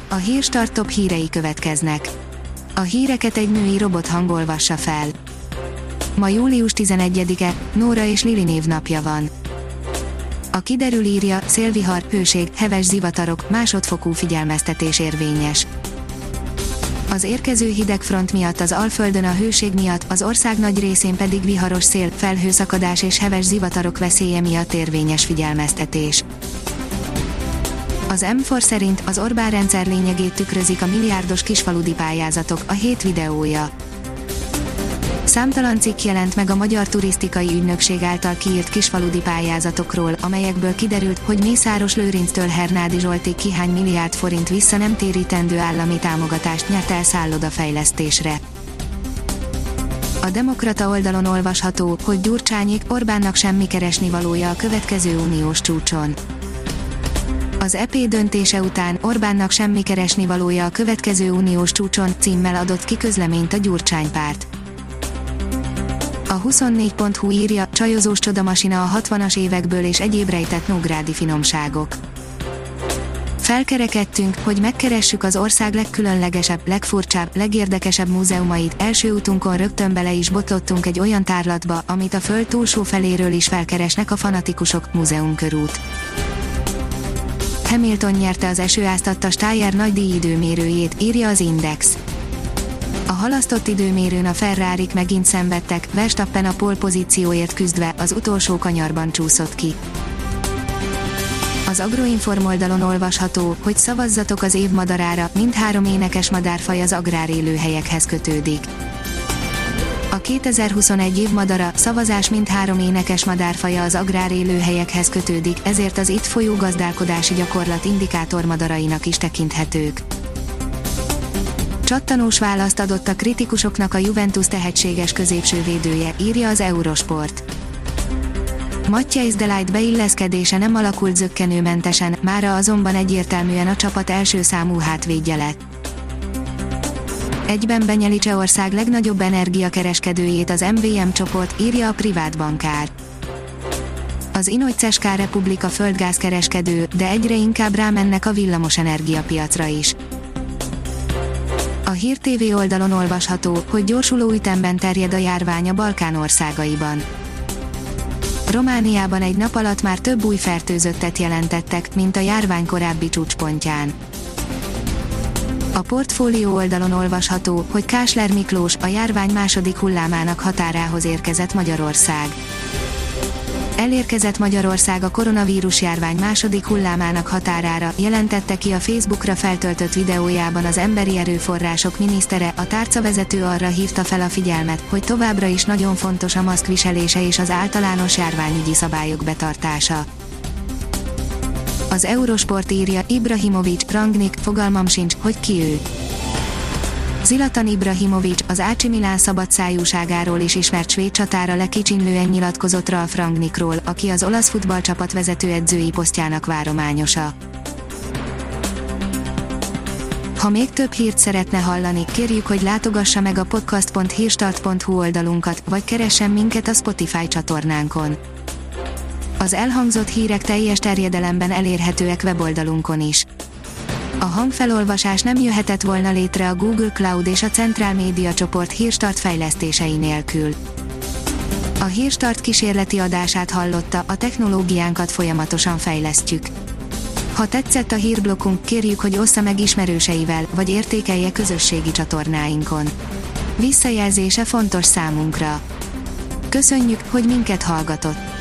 A Hírstart top hírei következnek. A híreket egy női robothang olvassa fel. Ma július 11-e, Nóra és Lili névnapja van. A Kiderül írja, szélvihar, hőség, heves zivatarok, másodfokú figyelmeztetés érvényes. Az érkező hidegfront miatt az Alföldön a hőség miatt, az ország nagy részén pedig viharos szél, felhőszakadás és heves zivatarok veszélye miatt érvényes figyelmeztetés. Az M4 szerint az Orbán rendszer lényegét tükrözik a milliárdos kisfaludi pályázatok, a hét videója. Számtalan cikk jelent meg a Magyar Turisztikai Ügynökség által kiírt kisfaludi pályázatokról, amelyekből kiderült, hogy Mészáros Lőrinctől Hernádi Zsoltig kihány milliárd forint vissza nem térítendő állami támogatást nyert el szállodafejlesztésre. A Demokrata oldalon olvasható, hogy Gyurcsányék, Orbánnak semmi keresnivalója a következő uniós csúcson. Az EP döntése után Orbánnak semmi keresnivalója a következő uniós csúcson címmel adott ki közleményt a Gyurcsány párt. A 24.hu írja, csajozós csodamasina a 60-as évekből és egyéb rejtett nógrádi finomságok. Felkerekedtünk, hogy megkeressük az ország legkülönlegesebb, legfurcsább, legérdekesebb múzeumait, első utunkon rögtön bele is botlottunk egy olyan tárlatba, amit a föld túlsó feléről is felkeresnek a fanatikusok, múzeumkörút. Hamilton nyerte az esőáztatta Steyr nagy díjidőmérőjét, írja az Index. A halasztott időmérőn a Ferrarik megint szenvedtek, Verstappen a pole pozícióért küzdve az utolsó kanyarban csúszott ki. Az Agroinform oldalon olvasható, hogy szavazzatok az év madarára, mindhárom énekes madárfaj az agrárélőhelyekhez kötődik. A 2021 év madara, szavazás mindhárom énekes madárfaja az agrárélőhelyekhez kötődik, ezért az itt folyó gazdálkodási gyakorlat indikátormadarainak is tekinthetők. Csattanós választ adott a kritikusoknak a Juventus tehetséges középsővédője, írja az Eurosport. Matthijs de Ligt beilleszkedése nem alakult zökkenőmentesen, mára azonban egyértelműen a csapat első számú hátvédje lett. Egyben benyeli Csehország legnagyobb energiakereskedőjét az MVM csoport, írja a privát bankár. Az Inoj Česká Republika földgázkereskedő, de egyre inkább rámennek a villamosenergia piacra is. A Hír TV oldalon olvasható, hogy gyorsuló ütemben terjed a járvány a Balkán országaiban. Romániában egy nap alatt már több új fertőzöttet jelentettek, mint a járvány korábbi csúcspontján. A Portfólió oldalon olvasható, hogy Kásler Miklós a járvány második hullámának határához érkezett Magyarország. Elérkezett Magyarország a koronavírus járvány második hullámának határára, jelentette ki a Facebookra feltöltött videójában az Emberi Erőforrások minisztere, a tárcavezető arra hívta fel a figyelmet, hogy továbbra is nagyon fontos a maszk viselése és az általános járványügyi szabályok betartása. Az Eurosport írja, Ibrahimović, Rangnick, fogalmam sincs, hogy ki ő. Zlatan Ibrahimović, az AC Milan szabadszájúságáról is ismert svéd csatára lekicsinlően nyilatkozott Ralf Rangnickról, aki az olasz futballcsapat vezetőedzői posztjának várományosa. Ha még több hírt szeretne hallani, kérjük, hogy látogassa meg a podcast.hírstart.hu oldalunkat, vagy keressen minket a Spotify csatornánkon. Az elhangzott hírek teljes terjedelemben elérhetőek weboldalunkon is. A hangfelolvasás nem jöhetett volna létre a Google Cloud és a Centrál Média csoport Hírstart fejlesztései nélkül. A Hírstart kísérleti adását hallotta, a technológiánkat folyamatosan fejlesztjük. Ha tetszett a hírblokkunk, kérjük, hogy ossza meg ismerőseivel, vagy értékelje közösségi csatornáinkon. Visszajelzése fontos számunkra. Köszönjük, hogy minket hallgatott!